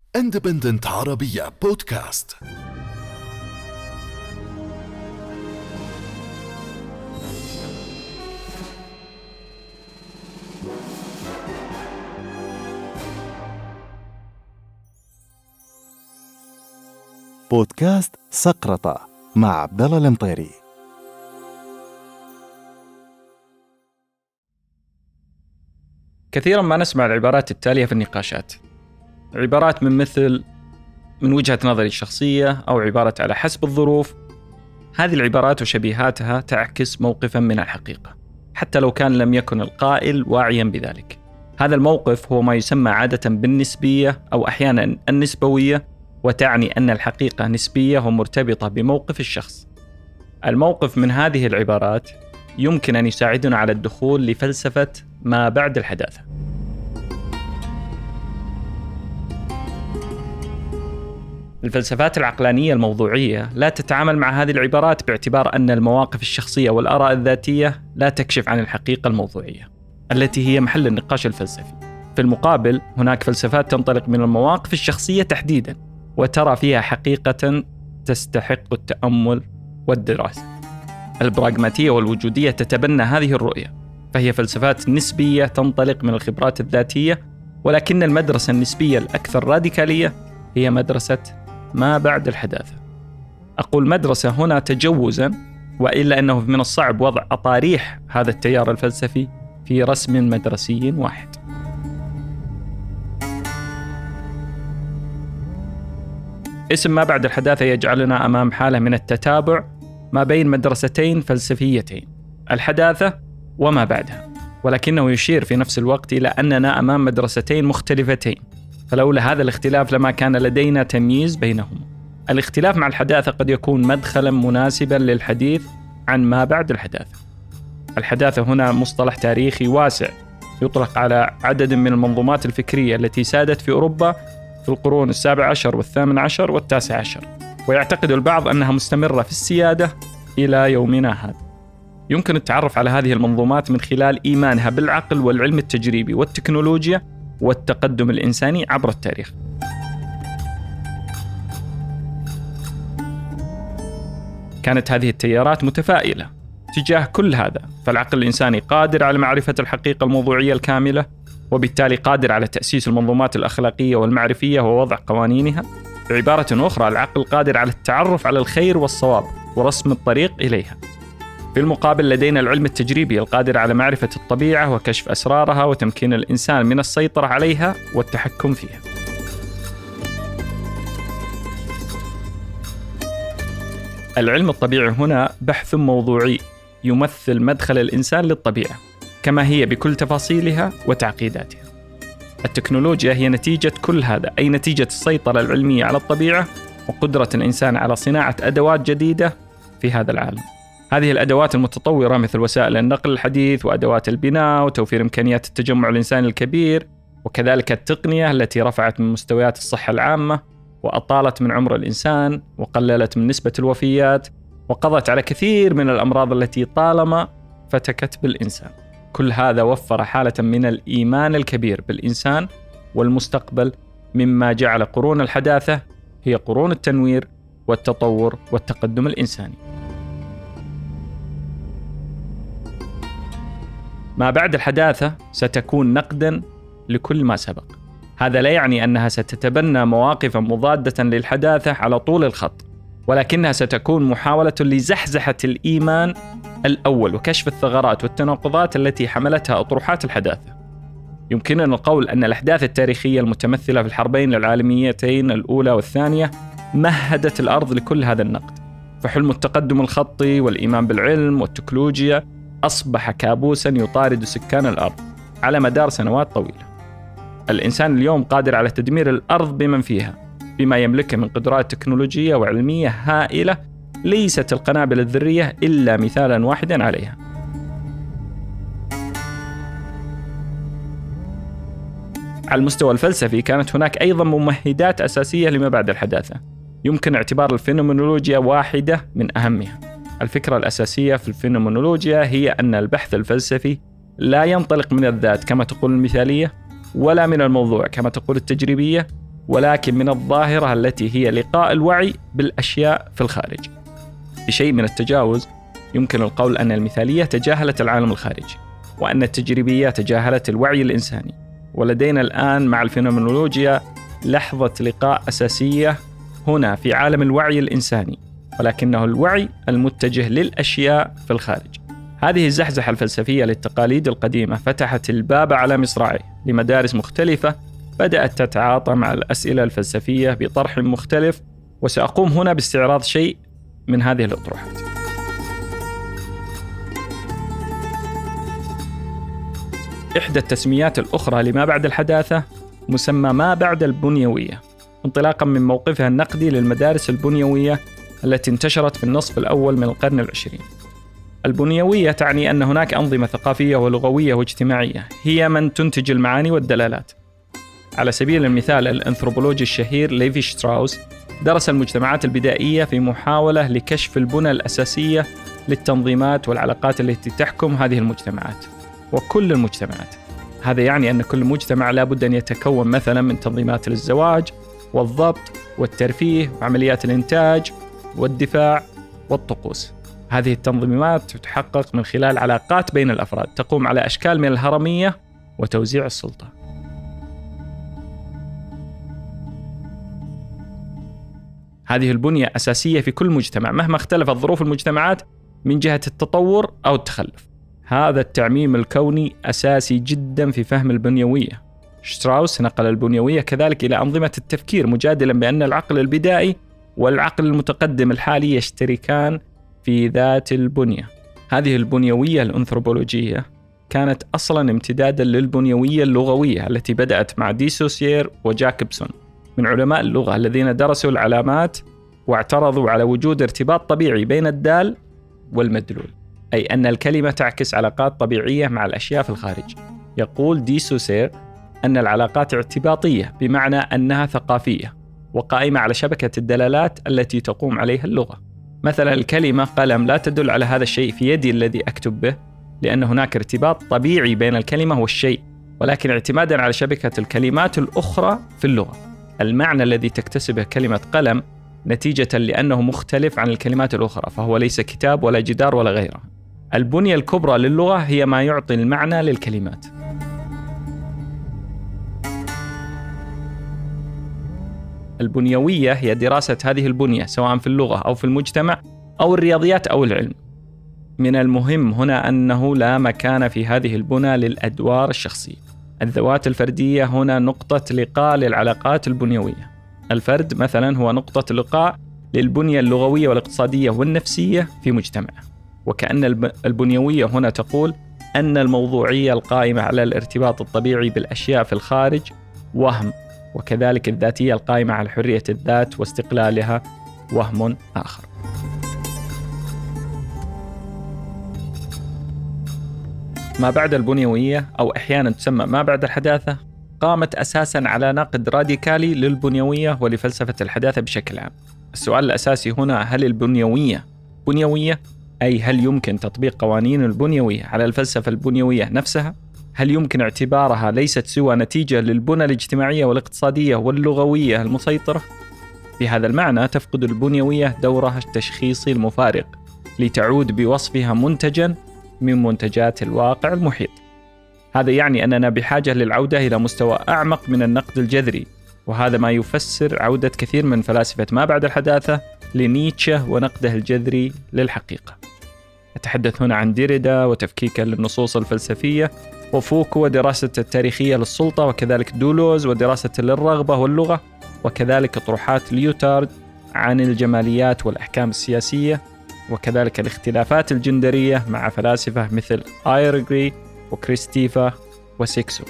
Independent عربية بودكاست. بودكاست سقرطة مع عبدالله المطيري. كثيرا ما نسمع العبارات التالية في النقاشات، عبارات من وجهة نظري الشخصية، أو عبارة على حسب الظروف. هذه العبارات وشبيهاتها تعكس موقفا من الحقيقة، حتى لو كان لم يكن القائل واعيا بذلك. هذا الموقف هو ما يسمى عادة بالنسبية أو أحيانا النسبوية، وتعني أن الحقيقة نسبية ومرتبطة بموقف الشخص. الموقف من هذه العبارات يمكن أن يساعدنا على الدخول لفلسفة ما بعد الحداثة. الفلسفات العقلانية الموضوعية لا تتعامل مع هذه العبارات باعتبار أن المواقف الشخصية والآراء الذاتية لا تكشف عن الحقيقة الموضوعية التي هي محل النقاش الفلسفي. في المقابل، هناك فلسفات تنطلق من المواقف الشخصية تحديداً، وترى فيها حقيقة تستحق التأمل والدراسة. البراغماتية والوجودية تتبنى هذه الرؤية، فهي فلسفات نسبية تنطلق من الخبرات الذاتية، ولكن المدرسة النسبية الأكثر راديكالية هي مدرسة ما بعد الحداثة. أقول مدرسة هنا تجوزاً، وإلا أنه من الصعب وضع أطاريح هذا التيار الفلسفي في رسم مدرسي واحد. اسم ما بعد الحداثة يجعلنا أمام حالة من التتابع ما بين مدرستين فلسفيتين، الحداثة وما بعدها، ولكنه يشير في نفس الوقت إلى أننا أمام مدرستين مختلفتين، فلولا هذا الاختلاف لما كان لدينا تمييز بينهما. الاختلاف مع الحداثة قد يكون مدخلا مناسبا للحديث عن ما بعد الحداثة. الحداثة هنا مصطلح تاريخي واسع يطلق على عدد من المنظومات الفكرية التي سادت في أوروبا في القرون 17 و18 و19، ويعتقد البعض أنها مستمرة في السيادة إلى يومنا هذا. يمكن التعرف على هذه المنظومات من خلال إيمانها بالعقل والعلم التجريبي والتكنولوجيا والتقدم الإنساني عبر التاريخ. كانت هذه التيارات متفائلة تجاه كل هذا، فالعقل الإنساني قادر على معرفة الحقيقة الموضوعية الكاملة، وبالتالي قادر على تأسيس المنظومات الأخلاقية والمعرفية ووضع قوانينها. بعبارة أخرى، العقل قادر على التعرف على الخير والصواب ورسم الطريق إليها. في المقابل، لدينا العلم التجريبي القادر على معرفة الطبيعة وكشف أسرارها وتمكين الإنسان من السيطرة عليها والتحكم فيها. العلم الطبيعي هنا بحث موضوعي يمثل مدخل الإنسان للطبيعة كما هي بكل تفاصيلها وتعقيداتها. التكنولوجيا هي نتيجة كل هذا، أي نتيجة السيطرة العلمية على الطبيعة وقدرة الإنسان على صناعة أدوات جديدة في هذا العالم. هذه الأدوات المتطورة مثل وسائل النقل الحديث وأدوات البناء وتوفير إمكانيات التجمع الإنساني الكبير، وكذلك التقنية التي رفعت من مستويات الصحة العامة وأطالت من عمر الإنسان وقللت من نسبة الوفيات وقضت على كثير من الأمراض التي طالما فتكت بالإنسان. كل هذا وفر حالة من الإيمان الكبير بالإنسان والمستقبل، مما جعل قرون الحداثة هي قرون التنوير والتطور والتقدم الإنساني. ما بعد الحداثة ستكون نقداً لكل ما سبق. هذا لا يعني أنها ستتبنى مواقفاً مضادة للحداثة على طول الخط، ولكنها ستكون محاولة لزحزحة الإيمان الأول وكشف الثغرات والتناقضات التي حملتها أطروحات الحداثة. يمكننا القول أن الأحداث التاريخية المتمثلة في الحربين العالميتين الأولى والثانية مهدت الأرض لكل هذا النقد، فحلم التقدم الخطي والإيمان بالعلم والتكنولوجيا أصبح كابوساً يطارد سكان الأرض على مدار سنوات طويلة. الإنسان اليوم قادر على تدمير الأرض بمن فيها بما يملكه من قدرات تكنولوجية وعلمية هائلة، ليست القنابل الذرية إلا مثالاً واحداً عليها. على المستوى الفلسفي، كانت هناك أيضاً ممهدات أساسية لما بعد الحداثة، يمكن اعتبار الفينومينولوجيا واحدة من أهمها. الفكرة الأساسية في الفينومينولوجيا هي أن البحث الفلسفي لا ينطلق من الذات كما تقول المثالية، ولا من الموضوع كما تقول التجريبية، ولكن من الظاهرة التي هي لقاء الوعي بالأشياء في الخارج. بشيء من التجاوز يمكن القول أن المثالية تجاهلت العالم الخارجي، وأن التجريبية تجاهلت الوعي الإنساني. ولدينا الآن مع الفينومينولوجيا لحظة لقاء أساسية هنا في عالم الوعي الإنساني، ولكنه الوعي المتجه للأشياء في الخارج. هذه الزحزحة الفلسفية للتقاليد القديمة فتحت الباب على مصراعيه لمدارس مختلفة بدأت تتعاطى مع الأسئلة الفلسفية بطرح مختلف، وسأقوم هنا باستعراض شيء من هذه الأطروحات. إحدى التسميات الأخرى لما بعد الحداثة مسمى ما بعد البنيوية، انطلاقا من موقفها النقدي للمدارس البنيوية التي انتشرت في النصف الأول من القرن العشرين. البنيوية تعني أن هناك أنظمة ثقافية ولغوية واجتماعية هي من تنتج المعاني والدلالات. على سبيل المثال الأنثروبولوجي الشهير ليفي شتراوس درس المجتمعات البدائية في محاولة لكشف البنى الأساسية للتنظيمات والعلاقات التي تحكم هذه المجتمعات وكل المجتمعات. هذا يعني أن كل مجتمع لا بد أن يتكون مثلا من تنظيمات للزواج والضبط والترفيه وعمليات الإنتاج والدفاع والطقوس. هذه التنظيمات تتحقق من خلال علاقات بين الأفراد تقوم على أشكال من الهرمية وتوزيع السلطة. هذه البنية أساسية في كل مجتمع مهما اختلفت ظروف المجتمعات من جهة التطور أو التخلف. هذا التعميم الكوني أساسي جدا في فهم البنيوية. شتراوس نقل البنيوية كذلك إلى أنظمة التفكير، مجادلا بأن العقل البدائي والعقل المتقدم الحالي يشتركان في ذات البنية. هذه البنيوية الأنثروبولوجية كانت أصلا امتدادا للبنيوية اللغوية التي بدأت مع دي سوسير وجاكبسون من علماء اللغة الذين درسوا العلامات واعترضوا على وجود ارتباط طبيعي بين الدال والمدلول، أي أن الكلمة تعكس علاقات طبيعية مع الأشياء في الخارج. يقول دي سوسير أن العلاقات اعتباطية بمعنى أنها ثقافية وقائمة على شبكة الدلالات التي تقوم عليها اللغة. مثلا الكلمة قلم لا تدل على هذا الشيء في يدي الذي أكتب به، لأن هناك ارتباط طبيعي بين الكلمة والشيء، ولكن اعتمادا على شبكة الكلمات الأخرى في اللغة. المعنى الذي تكتسبه كلمة قلم نتيجة لأنه مختلف عن الكلمات الأخرى، فهو ليس كتاب ولا جدار ولا غيره. البنية الكبرى للغة هي ما يعطي المعنى للكلمات. البنيوية هي دراسة هذه البنية سواء في اللغة أو في المجتمع أو الرياضيات أو العلم. من المهم هنا أنه لا مكان في هذه البنى للأدوار الشخصية. الذوات الفردية هنا نقطة لقاء للعلاقات البنيوية. الفرد مثلا هو نقطة لقاء للبنية اللغوية والاقتصادية والنفسية في مجتمعه. وكأن البنيوية هنا تقول أن الموضوعية القائمة على الارتباط الطبيعي بالأشياء في الخارج وهم، وكذلك الذاتية القائمة على حرية الذات واستقلالها وهم آخر. ما بعد البنيوية أو أحيانا تسمى ما بعد الحداثة قامت أساسا على نقد راديكالي للبنيوية ولفلسفة الحداثة بشكل عام. السؤال الأساسي هنا: هل البنيوية بنيوية؟ أي هل يمكن تطبيق قوانين البنيوية على الفلسفة البنيوية نفسها؟ هل يمكن اعتبارها ليست سوى نتيجة للبنى الاجتماعية والاقتصادية واللغوية المسيطرة؟ بهذا المعنى تفقد البنيوية دورها التشخيصي المفارق لتعود بوصفها منتجا من منتجات الواقع المحيط. هذا يعني أننا بحاجة للعودة إلى مستوى أعمق من النقد الجذري، وهذا ما يفسر عودة كثير من فلاسفة ما بعد الحداثة لنيتشه ونقده الجذري للحقيقة. أتحدث هنا عن ديريدا وتفكيكه للنصوص الفلسفية، وفوكو ودراسة التاريخية للسلطة، وكذلك دولوز ودراسة للرغبة واللغة، وكذلك أطروحات ليوتارد عن الجماليات والأحكام السياسية، وكذلك الاختلافات الجندرية مع فلاسفة مثل آيرغري وكريستيفا وسيكسو.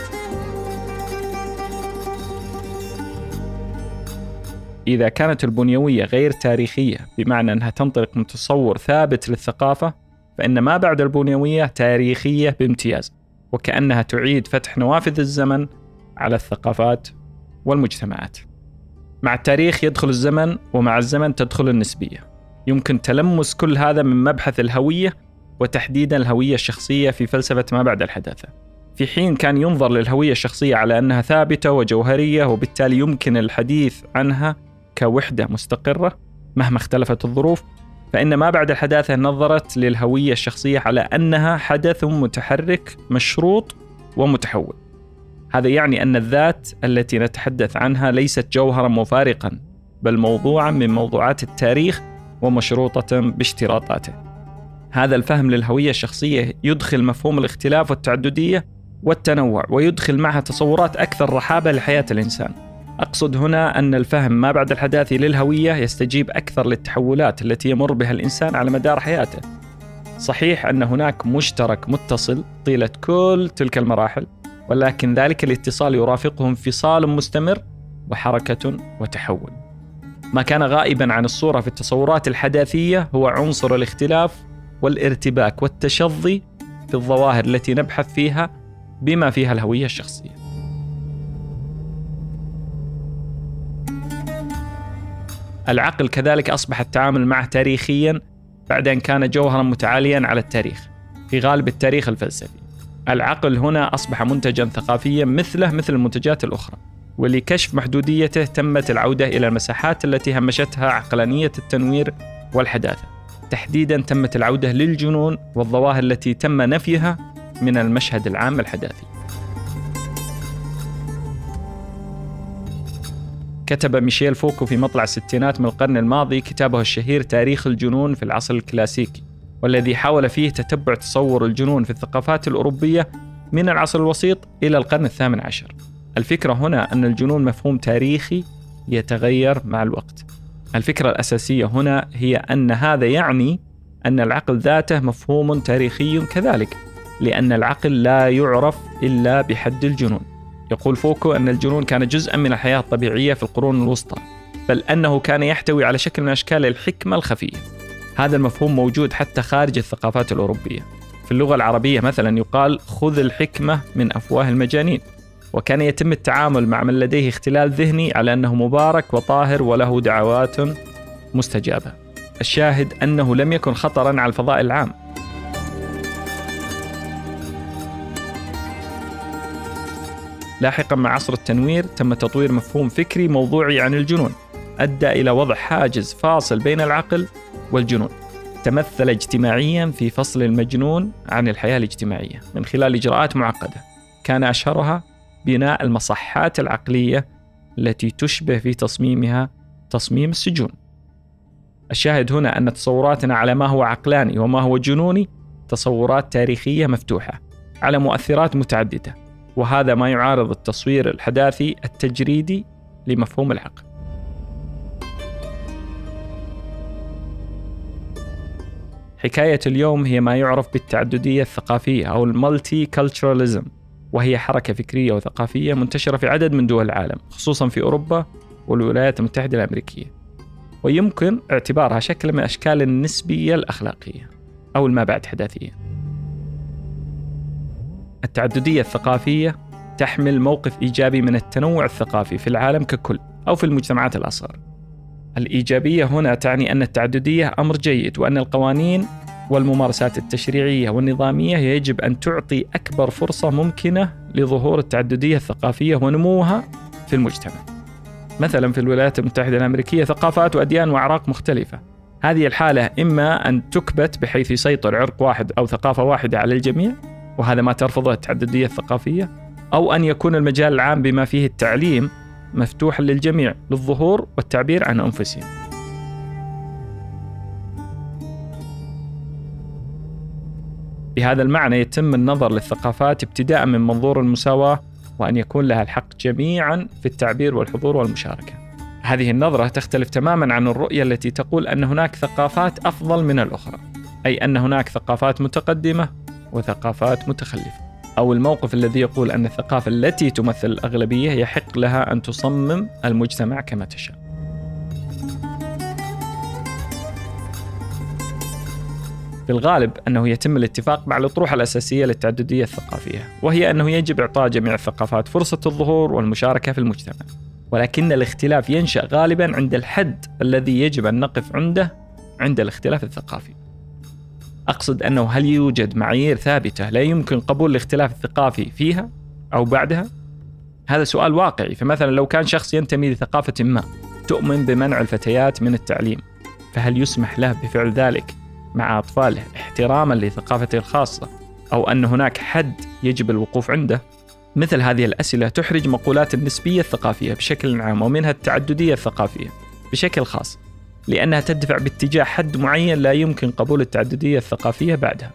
إذا كانت البنيوية غير تاريخية بمعنى أنها تنطلق من تصور ثابت للثقافة، فإن ما بعد البنيوية تاريخية بامتياز، وكأنها تعيد فتح نوافذ الزمن على الثقافات والمجتمعات. مع التاريخ يدخل الزمن، ومع الزمن تدخل النسبية. يمكن تلمس كل هذا من مبحث الهوية، وتحديدا الهوية الشخصية في فلسفة ما بعد الحداثة. في حين كان ينظر للهوية الشخصية على أنها ثابتة وجوهرية، وبالتالي يمكن الحديث عنها كوحدة مستقرة مهما اختلفت الظروف، فإن ما بعد الحداثة نظرت للهوية الشخصية على أنها حدث متحرك مشروط ومتحول. هذا يعني أن الذات التي نتحدث عنها ليست جوهرا مفارقا، بل موضوعا من موضوعات التاريخ ومشروطة باشتراطاته. هذا الفهم للهوية الشخصية يدخل مفهوم الاختلاف والتعددية والتنوع، ويدخل معها تصورات أكثر رحابة لحياة الإنسان. أقصد هنا أن الفهم ما بعد الحداثي للهوية يستجيب أكثر للتحولات التي يمر بها الإنسان على مدار حياته. صحيح أن هناك مشترك متصل طيلة كل تلك المراحل، ولكن ذلك الاتصال يرافقه انفصال مستمر وحركة وتحول. ما كان غائبا عن الصورة في التصورات الحداثية هو عنصر الاختلاف والارتباك والتشظي في الظواهر التي نبحث فيها بما فيها الهوية الشخصية. العقل كذلك أصبح التعامل معه تاريخيا بعد أن كان جوهرا متعاليا على التاريخ في غالب التاريخ الفلسفي. العقل هنا أصبح منتجا ثقافيا مثل المنتجات الأخرى، ولكشف محدوديته تمت العودة إلى المساحات التي همشتها عقلانية التنوير والحداثة. تحديدا تمت العودة للجنون والظواهر التي تم نفيها من المشهد العام الحداثي. كتب ميشيل فوكو في مطلع الستينات من القرن الماضي كتابه الشهير تاريخ الجنون في العصر الكلاسيكي، والذي حاول فيه تتبع تصور الجنون في الثقافات الأوروبية من العصر الوسيط إلى القرن الثامن عشر. الفكرة هنا أن الجنون مفهوم تاريخي يتغير مع الوقت. الفكرة الأساسية هنا هي أن هذا يعني أن العقل ذاته مفهوم تاريخي كذلك، لأن العقل لا يعرف إلا بحد الجنون. يقول فوكو أن الجنون كان جزءا من الحياة الطبيعية في القرون الوسطى، بل أنه كان يحتوي على شكل من أشكال الحكمة الخفية. هذا المفهوم موجود حتى خارج الثقافات الأوروبية. في اللغة العربية مثلا يقال خذ الحكمة من أفواه المجانين، وكان يتم التعامل مع من لديه اختلال ذهني على أنه مبارك وطاهر وله دعوات مستجابة. الشاهد أنه لم يكن خطرا على الفضاء العام. لاحقا مع عصر التنوير تم تطوير مفهوم فكري موضوعي عن الجنون، أدى إلى وضع حاجز فاصل بين العقل والجنون. تمثل اجتماعيا في فصل المجنون عن الحياة الاجتماعية من خلال إجراءات معقدة، كان أشهرها بناء المصحات العقلية التي تشبه في تصميمها تصميم السجون. الشاهد هنا أن تصوراتنا على ما هو عقلاني وما هو جنوني تصورات تاريخية مفتوحة على مؤثرات متعددة، وهذا ما يعارض التصوير الحداثي التجريدي لمفهوم العقل. حكاية اليوم هي ما يعرف بالتعددية الثقافية أو المالتي كالتشراليزم، وهي حركة فكرية وثقافية منتشرة في عدد من دول العالم، خصوصا في أوروبا والولايات المتحدة الأمريكية، ويمكن اعتبارها شكل من أشكال النسبية الأخلاقية أو الما بعد حداثية. التعددية الثقافية تحمل موقف إيجابي من التنوع الثقافي في العالم ككل أو في المجتمعات الأصغر. الإيجابية هنا تعني أن التعددية أمر جيد، وأن القوانين والممارسات التشريعية والنظامية يجب أن تعطي أكبر فرصة ممكنة لظهور التعددية الثقافية ونموها في المجتمع. مثلا في الولايات المتحدة الأمريكية ثقافات وأديان وأعراق مختلفة. هذه الحالة إما أن تكبت بحيث يسيطر عرق واحد أو ثقافة واحدة على الجميع، وهذا ما ترفضه التعددية الثقافية، أو أن يكون المجال العام بما فيه التعليم مفتوحا للجميع للظهور والتعبير عن أنفسهم. بهذا المعنى يتم النظر للثقافات ابتداء من منظور المساواة، وأن يكون لها الحق جميعا في التعبير والحضور والمشاركة. هذه النظرة تختلف تماما عن الرؤية التي تقول أن هناك ثقافات أفضل من الأخرى، أي أن هناك ثقافات متقدمة وثقافات متخلفة، أو الموقف الذي يقول أن الثقافة التي تمثل الأغلبية يحق لها أن تصمم المجتمع كما تشاء. في الغالب أنه يتم الاتفاق مع الأطروحة الأساسية للتعددية الثقافية، وهي أنه يجب إعطاء جميع الثقافات فرصة الظهور والمشاركة في المجتمع، ولكن الاختلاف ينشأ غالبا عند الحد الذي يجب أن نقف عنده عند الاختلاف الثقافي. أقصد أنه هل يوجد معايير ثابتة لا يمكن قبول الاختلاف الثقافي فيها أو بعدها؟ هذا سؤال واقعي. فمثلا لو كان شخص ينتمي لثقافة ما تؤمن بمنع الفتيات من التعليم، فهل يسمح له بفعل ذلك مع أطفاله احتراما لثقافته الخاصة، أو أن هناك حد يجب الوقوف عنده؟ مثل هذه الأسئلة تحرج مقولات النسبية الثقافية بشكل عام ومنها التعددية الثقافية بشكل خاص، لأنها تدفع باتجاه حد معين لا يمكن قبول التعددية الثقافية بعدها.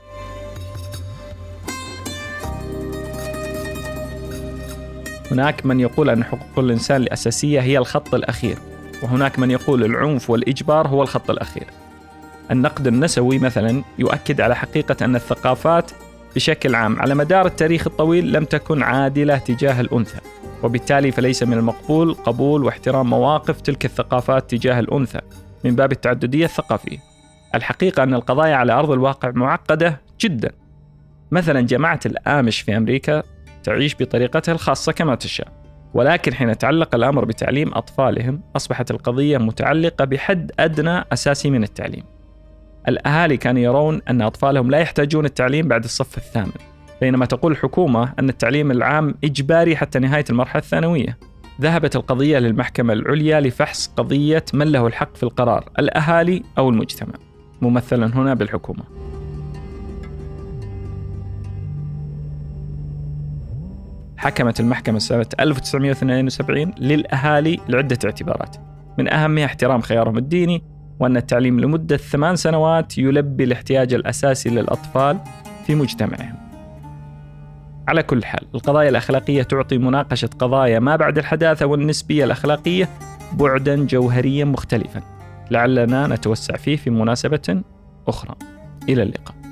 هناك من يقول أن حقوق الإنسان الأساسية هي الخط الأخير، وهناك من يقول العنف والإجبار هو الخط الأخير. النقد النسوي مثلا يؤكد على حقيقة أن الثقافات بشكل عام على مدار التاريخ الطويل لم تكن عادلة تجاه الأنثى، وبالتالي فليس من المقبول قبول واحترام مواقف تلك الثقافات تجاه الأنثى من باب التعددية الثقافية. الحقيقة أن القضايا على أرض الواقع معقدة جدا. مثلا جماعة الآمش في أمريكا تعيش بطريقتها الخاصة كما تشاء، ولكن حين تعلق الأمر بتعليم أطفالهم أصبحت القضية متعلقة بحد أدنى أساسي من التعليم. الأهالي كانوا يرون أن أطفالهم لا يحتاجون التعليم بعد الصف الثامن، بينما تقول الحكومة أن التعليم العام إجباري حتى نهاية المرحلة الثانوية. ذهبت القضية للمحكمة العليا لفحص قضية من له الحق في القرار، الأهالي أو المجتمع، ممثلا هنا بالحكومة. حكمت المحكمة سنة 1972 للأهالي لعدة اعتبارات، من أهمها احترام خيارهم الديني، وأن التعليم لمدة 8 سنوات يلبي الاحتياج الأساسي للأطفال في مجتمعهم. على كل حال، القضايا الأخلاقية تعطي مناقشة قضايا ما بعد الحداثة والنسبية الأخلاقية بعداً جوهرياً مختلفاً، لعلنا نتوسع فيه في مناسبة أخرى. إلى اللقاء.